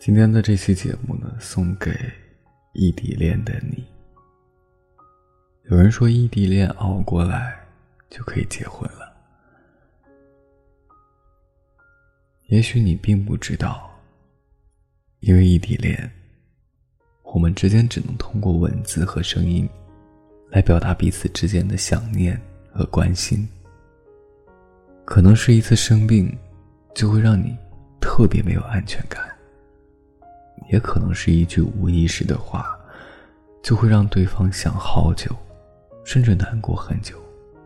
今天的这期节目呢，送给异地恋的你。有人说异地恋熬过来就可以结婚了，也许你并不知道，因为异地恋，我们之间只能通过文字和声音来表达彼此之间的想念和关心。可能是一次生病就会让你特别没有安全感，也可能是一句无意识的话就会让对方想好久，甚至难过很久。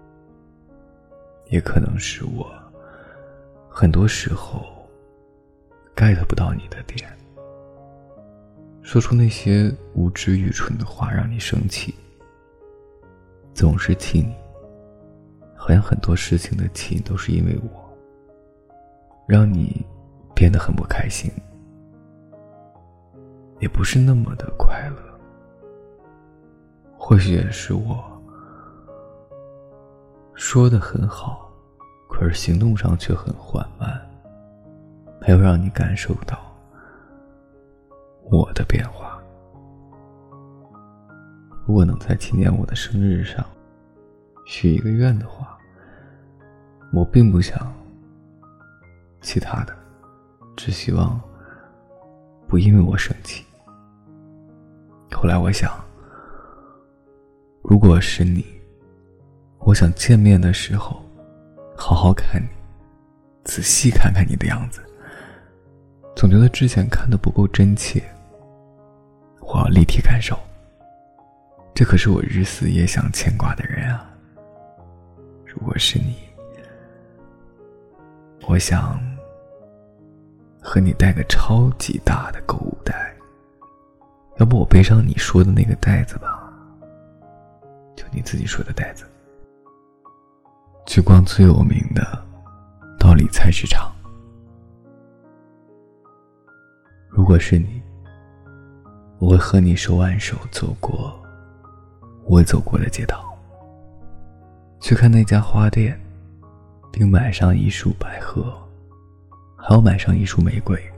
也可能是我很多时候 get 不到你的点，说出那些无知愚蠢的话让你生气，总是气你，好像很多事情的气都是因为我，让你变得很不开心，也不是那么的快乐。或许也是我说得很好，可是行动上却很缓慢，没有让你感受到我的变化。如果能在纪念我的生日上许一个愿的话，我并不想其他的，只希望不因为我生气。后来我想，如果是你，我想见面的时候好好看你，仔细看看你的样子，总觉得之前看得不够真切，我要立体感受，这可是我日思夜想牵挂的人啊。如果是你，我想和你带个超级大的购物袋，要不我背上你说的那个袋子吧，就你自己说的袋子，去逛最有名的道里菜市场。如果是你，我会和你手挽手走过我走过的街道，去看那家花店，并买上一束百合，还要买上一束玫瑰。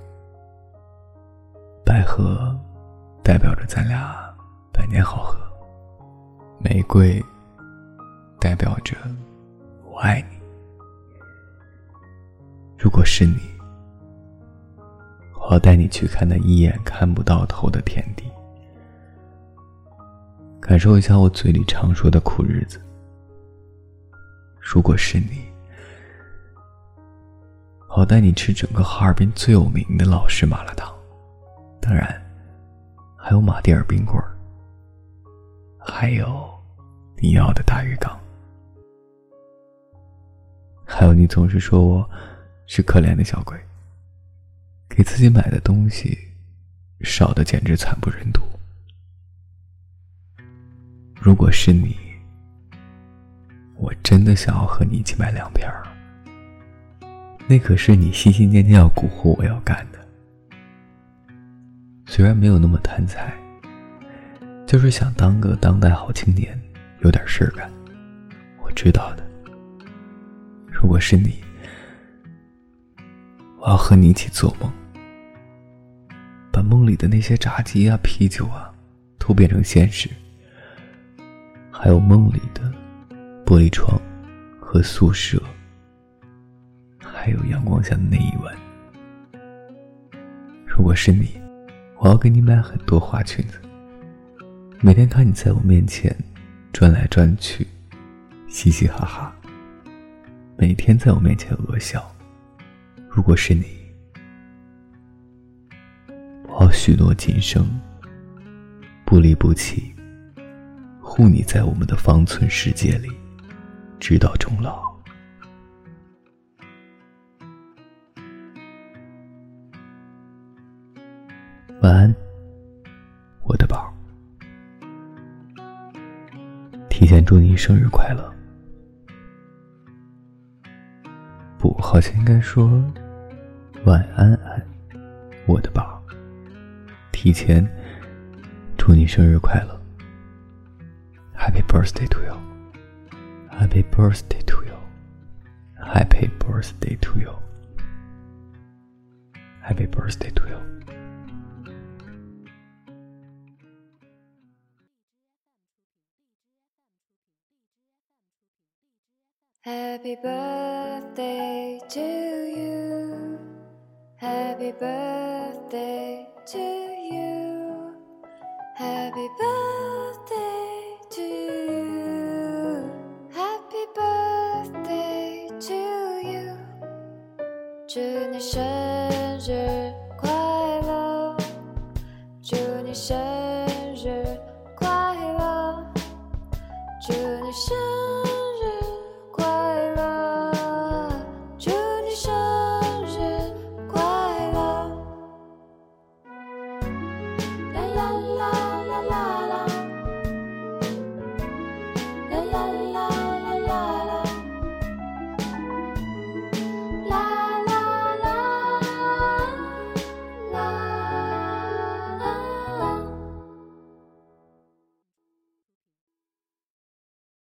百合代表着咱俩百年好合，玫瑰代表着我爱你。如果是你，我要带你去看那一眼看不到头的天地，感受一下我嘴里常说的苦日子。如果是你，我要带你吃整个哈尔滨最有名的老式麻辣烫，当然还有马迭尔冰棍儿，还有你要的大鱼缸，还有你总是说我是可怜的小鬼，给自己买的东西少得简直惨不忍睹。如果是你，我真的想要和你一起买2片儿，那可是你心心念念要蛊惑我要干的。虽然没有那么贪财，就是想当个当代好青年，有点事儿干，我知道的。如果是你，我要和你一起做梦，把梦里的那些炸鸡啊啤酒啊都变成现实，还有梦里的玻璃窗和宿舍，还有阳光下的那一晚。如果是你，我要给你买很多花裙子，每天看你在我面前转来转去，嘻嘻哈哈，每天在我面前恶笑。如果是你，我要许诺今生不离不弃，护你在我们的方寸世界里直到终老。晚安，我的宝。提前祝你生日快乐。不，好像应该说晚安安，我的宝。提前祝你生日快乐。Happy birthday to you. Happy birthday to you. Happy birthday to you. Happy birthday to you. Happy birthday to you. Happy birthday to you. Happy birthday to you. Happy birthday to you. 祝你生日快乐，祝你生日快乐，祝你生日